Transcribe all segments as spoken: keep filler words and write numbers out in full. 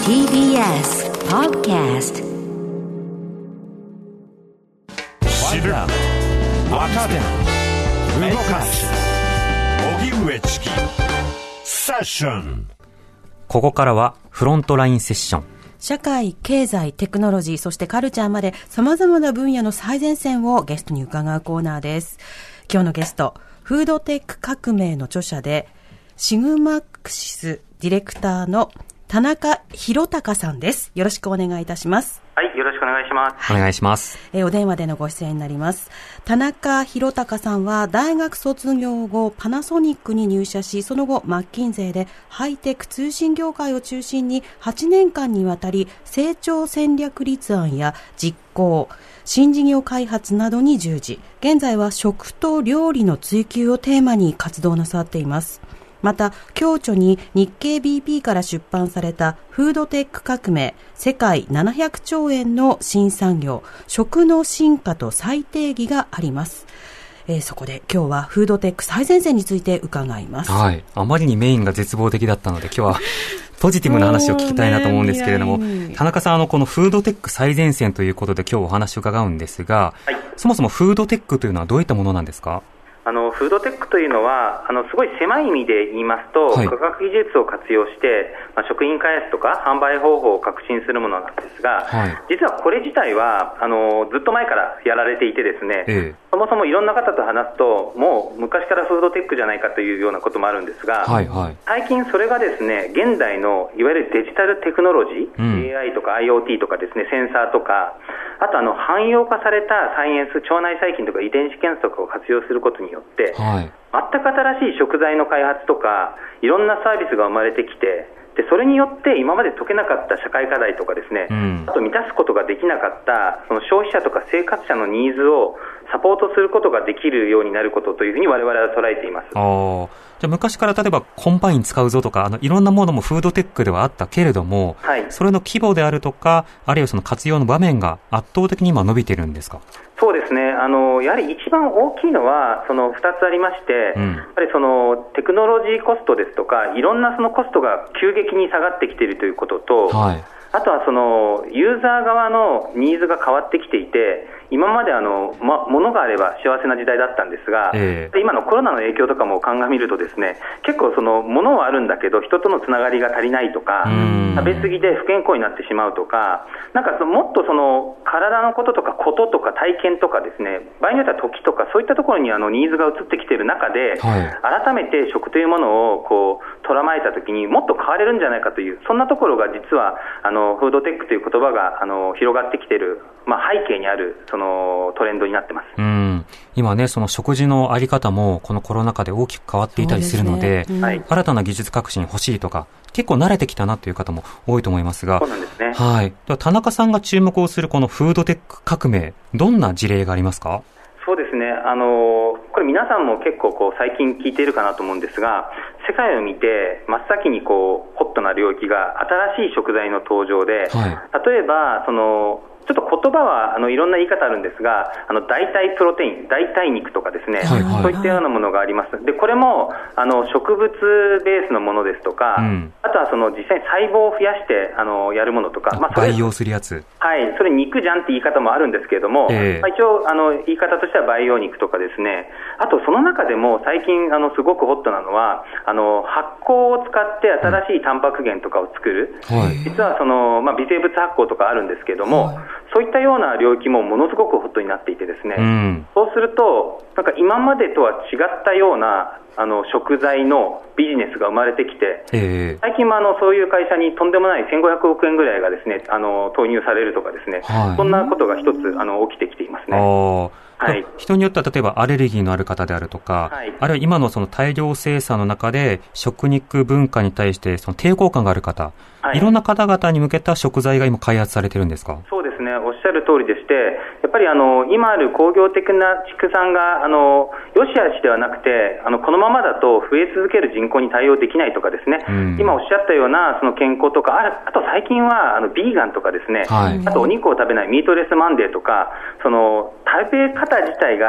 ティービーエス Podcast 知る、若手、動かす、荻上チキセッション。 ここからはフロントラインセッション。 社会、経済、テクノロジー、そしてカルチャーまで様々な分野の最前線をゲストに伺うコーナーです。今日のゲスト、フードテック革命の著者でシグマクシスディレクターの田中宏隆さんです。よろしくお願いいたします。 はい、よろしくお願いします。 お願いします。 えー、お電話でのご出演になります。田中宏隆さんは大学卒業後パナソニックに入社し、その後マッキンゼーでハイテク通信業界を中心にはちねんかんにわたり成長戦略立案や実行、新事業開発などに従事。現在は食と料理の追求をテーマに活動なさっています。また、共著に日経 ビーピー から出版されたフードテック革命、世界ななひゃくちょうえんの新産業、食の進化と再定義があります。えー、そこで今日はフードテック最前線について伺います。 はい。あまりにメインが絶望的だったので、今日はポジティブな話を聞きたいなと思うんですけれども、田中さん、あの、このフードテック最前線ということで今日お話を伺うんですが、はい、そもそもフードテックというのはどういったものなんですか？ あのフードテックというのはあのすごい狭い意味で言いますと、はい、科学技術を活用して、まあ、食品開発とか販売方法を革新するものなんですが、はい、実はこれ自体はあのずっと前からやられていてですね、ええ、そもそもいろんな方と話すともう昔からフードテックじゃないかというようなこともあるんですが、はいはい、最近それがですね現代のいわゆるデジタルテクノロジー、うん、エーアイ とか アイオーティー とかですねセンサーとかあとあの汎用化されたサイエンス、腸内細菌とか遺伝子検索を活用することによって、はい、全く新しい食材の開発とかいろんなサービスが生まれてきて、でそれによって今まで解けなかった社会課題とかですね、うん、あと満たすことができなかったその消費者とか生活者のニーズをサポートすることができるようになることというふうに我々は捉えています。 あじゃあ昔から例えばコンバイン使うぞとかあのいろんなものもフードテックではあったけれども、はい、それの規模であるとかあるいはその活用の場面が圧倒的に今伸びているんですか？ そうですね、あのやはり一番大きいのはそのふたつありまして、うん、やっぱりそのテクノロジーコストですとかいろんなそのコストが急激に下がってきているということと、はい、あとはそのユーザー側のニーズが変わってきていて、今まであの、ま、物があれば幸せな時代だったんですが、えー、今のコロナの影響とかも鑑みるとですね、結構その物はあるんだけど人とのつながりが足りないとか、食べ過ぎで不健康になってしまうとか、なんかそのもっとその体のこととかこととか体験とかですね、場合によっては時とかそういったところにあのニーズが移ってきている中で、はい、改めて食というものをこう捉まえたときにもっと変われるんじゃないかという、そんなところが実はあのフードテックという言葉があの広がってきている、まあ、背景にあるそのトレンドになってます。 うん今ね、その食事のあり方もこのコロナ禍で大きく変わっていたりするの で, で、ねうん、新たな技術革新欲しいとか結構慣れてきたなという方も多いと思いますが、 そうなんですね。 はい。では田中さんが注目をするこのフードテック革命、どんな事例がありますか？ そうですね、あのこれ皆さんも結構こう最近聞いているかなと思うんですが、世界を見て真っ先にこうホットな領域が新しい食材の登場で、はい、例えばそのちょっと言葉はあのいろんな言い方あるんですが、あの代替プロテイン、代替肉とかですね、はいはい、そういったようなものがあります。でこれもあの植物ベースのものですとか、うん、あとはその実際に細胞を増やしてあのやるものとか、 まあ、培養するやつ、 はい、それ肉じゃんって言い方もあるんですけれども、えーまあ、一応あの言い方としては培養肉とかですね、あとその中でも最近あのすごくホットなのはあの発酵を使って新しいタンパク源とかを作る、うんはい、実はその、まあ、微生物発酵とかあるんですけれども、はい、そういったような領域もものすごくホットになっていてですね、うん、そうするとなんか今までとは違ったようなあの食材のビジネスが生まれてきて、えー、最近もあのそういう会社にとんでもないせんごひゃくおくえんぐらいがですねあの投入されるとかですね、はい、そんなことが一つあの起きてきていますね。 はい、人によっては例えばアレルギーのある方であるとか、はい、あるいは今のその大量生産の中で食肉文化に対してその抵抗感がある方、はい、いろんな方々に向けた食材が今開発されてるんですか？ そうですね、おっしゃる通りでして、やっぱりあの今ある工業的な畜産があの良し悪しではなくて、あのこのままだと増え続ける人口に対応できないとかですね、うん、今おっしゃったようなその健康とか、あ, あと最近はあのビーガンとかですね、はい、あとお肉を食べないミートレスマンデーとか、その食べ方自体が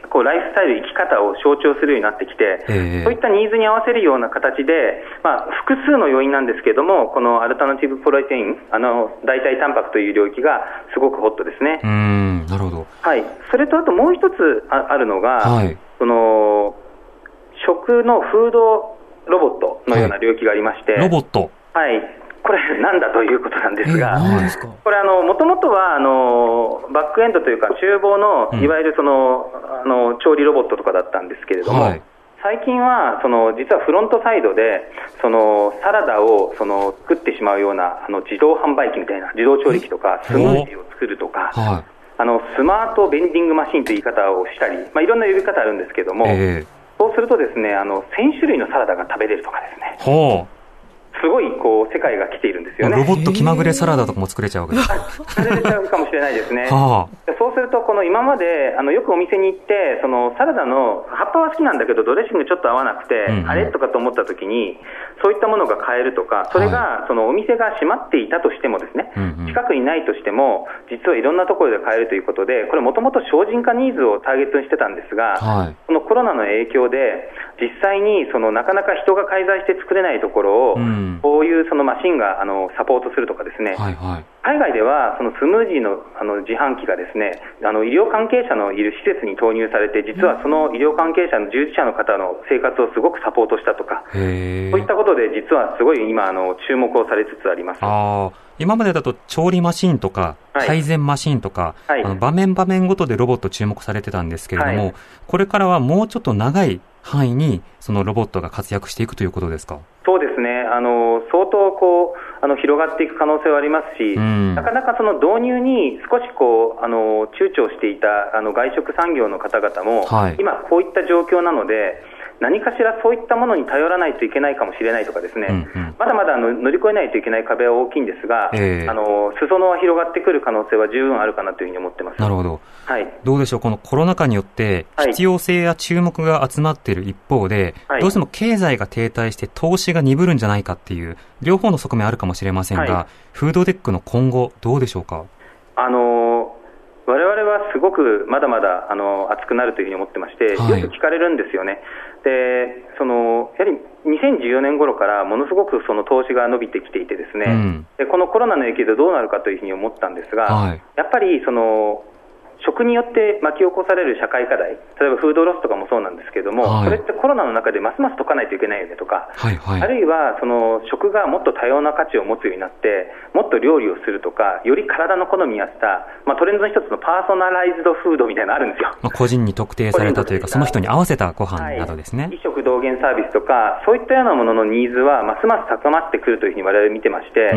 こうライフスタイル、生き方を象徴するようになってきて、えー、そういったニーズに合わせるような形で、まあ、複数の要因なんですけれども、このアルタナティブプロテイン、あの代替タンパクという領域がすごくホットですね。 うーん、なるほど。 はい、それとあともう一つ あ, あるのが、はい、その食のフードロボットのような領域がありまして、はい、ロボット、はい、これなんだということなんですが、えー、ですか？これあのもともとはあのバックエンドというか厨房のいわゆるその、うん、あの調理ロボットとかだったんですけれども、はい、最近はその実はフロントサイドでそのサラダをその作ってしまうようなあの自動販売機みたいな自動調理機とかスムージーを作るとか、はい、あのスマートベンディングマシンという言い方をしたり、まあ、いろんな呼び方あるんですけども、えー、そうするとですね、あのせん種類のサラダが食べれるとかですね、ほう、すごいこう世界が来ているんですよね。 ロボット気まぐれサラダとかも作れちゃうわけですか？ 作れちゃうかもしれないですね。はあ、そうするとこの今まであのよくお店に行ってそのサラダの葉っぱは好きなんだけどドレッシングちょっと合わなくて、うんうん、あれとかと思った時にそういったものが買えるとか、それがそのお店が閉まっていたとしてもですね、はい、近くにないとしても実はいろんなところで買えるということで、これもともと省人化ニーズをターゲットにしてたんですが、はい、このコロナの影響で実際にそのなかなか人が介在して作れないところを、うん、こういうそのマシンがあのサポートするとかですね、はいはい、海外ではそのスムージー の, あの自販機がですね、あの医療関係者のいる施設に投入されて、実はその医療関係者の従事者の方の生活をすごくサポートしたとか、そういったことで実はすごい今あの注目をされつつあります。 あ、今までだと調理マシンとか配膳マシンとか、はい、あの場面場面ごとでロボット注目されてたんですけれども、はい、これからはもうちょっと長い範囲にそのロボットが活躍していくということですか？ そうですね、あの相当こうあの広がっていく可能性はありますし、うん、なかなかその導入に少しこうあの躊躇していたあの外食産業の方々も、はい、今こういった状況なので何かしらそういったものに頼らないといけないかもしれないとかですね、うんうん、まだまだあの乗り越えないといけない壁は大きいんですが、えー、あの裾野は広がってくる可能性は十分あるかなというふうに思ってます。 なるほど、はい、どうでしょう、このコロナ禍によって必要性や注目が集まっている一方で、はい、どうしても経済が停滞して投資が鈍るんじゃないかっていう両方の側面あるかもしれませんが、はい、フードテックの今後どうでしょうか？あの我々はすごくまだまだあの熱くなるというふうに思ってまして、はい、よく聞かれるんですよね。でそのやはりにせんじゅうよねん頃からものすごくその投資が伸びてきていてですね、うん、でこのコロナの影響でどうなるかというふうに思ったんですが、はい、やっぱりその食によって巻き起こされる社会課題、例えばフードロスとかもそうなんですけれども、はい、それってコロナの中でますます解かないといけないよねとか、はいはい、あるいはその食がもっと多様な価値を持つようになってもっと料理をするとか、より体の好みに合った、まあ、トレンドの一つのパーソナライズドフードみたいなのあるんですよ。 まあ、個人に特定されたというかその人に合わせたご飯などですね、 はい、異食同源サービスとかそういったようなもののニーズはますます高まってくるというふうに我々見てまして、うん、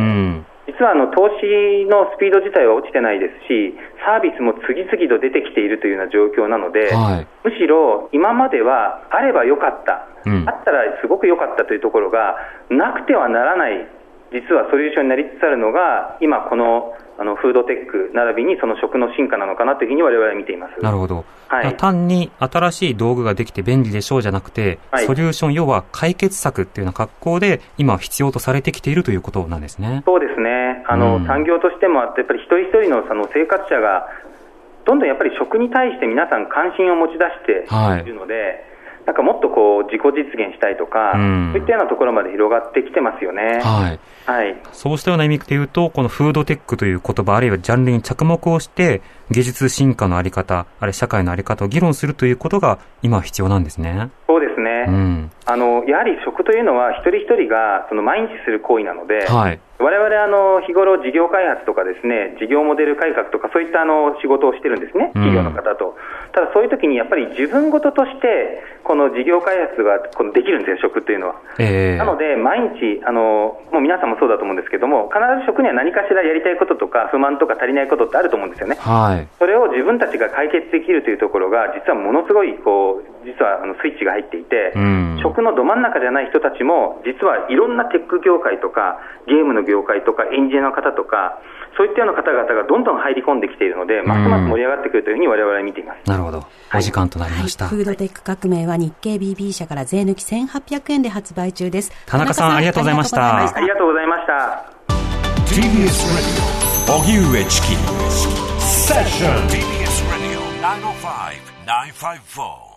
実はあの投資のスピード自体は落ちてないですし、サービスも次々と出てきているというような状況なので、はい、むしろ今まではあればよかった、うん、あったらすごくよかったというところがなくてはならない、実はソリューションになりつつあるのが今このあのフードテック並びにその食の進化なのかなというふうに我々は見ています。 なるほど、はい、単に新しい道具ができて便利でしょうじゃなくて、はい、ソリューション、要は解決策っていうような格好で今必要とされてきているということなんですね。 そうですね、あの、うん、産業としてもあってやっぱり一人一人のその生活者がどんどんやっぱり食に対して皆さん関心を持ち出しているので、はい、なんかもっとこう自己実現したいとか、うん、そういったようなところまで広がってきてますよね。はいはい、 そうしたような意味で言うと、このフードテックという言葉あるいはジャンルに着目をして技術進化のあり方、あるいは社会のあり方を議論するということが今は必要なんですね。 そうですね、うん、あのやはり食というのは一人一人がその毎日する行為なので、はい、我々あの日頃事業開発とかですね、事業モデル改革とかそういったあの仕事をしてるんですね、企業の方と、うん、ただそういう時にやっぱり自分事としてこの事業開発がこのできるんですよ、食というのは、えー、なので毎日あのもう皆さんもそうだと思うんですけども、必ず食には何かしらやりたいこととか不満とか足りないことってあると思うんですよね、はい、それを自分たちが解決できるというところが実はものすごいこう実はあのスイッチが入っていて、うん、食のど真ん中じゃない人たちも実はいろんなテック業界とかゲームの業界とかエンジニアの方とかそういったような方々がどんどん入り込んできているので、ますます盛り上がってくるというふうに我々は見ています。 なるほど、お時間となりました、 はい、フードテック革命は日経 ビービー 社から税抜きせんはっぴゃくえんで発売中です。 田中さん、ありがとうございました。 ありがとうございました。 ティービーエス Radio 荻上チキセッション ティービーエス Radio きゅうまるご きゅうナインファイブフォー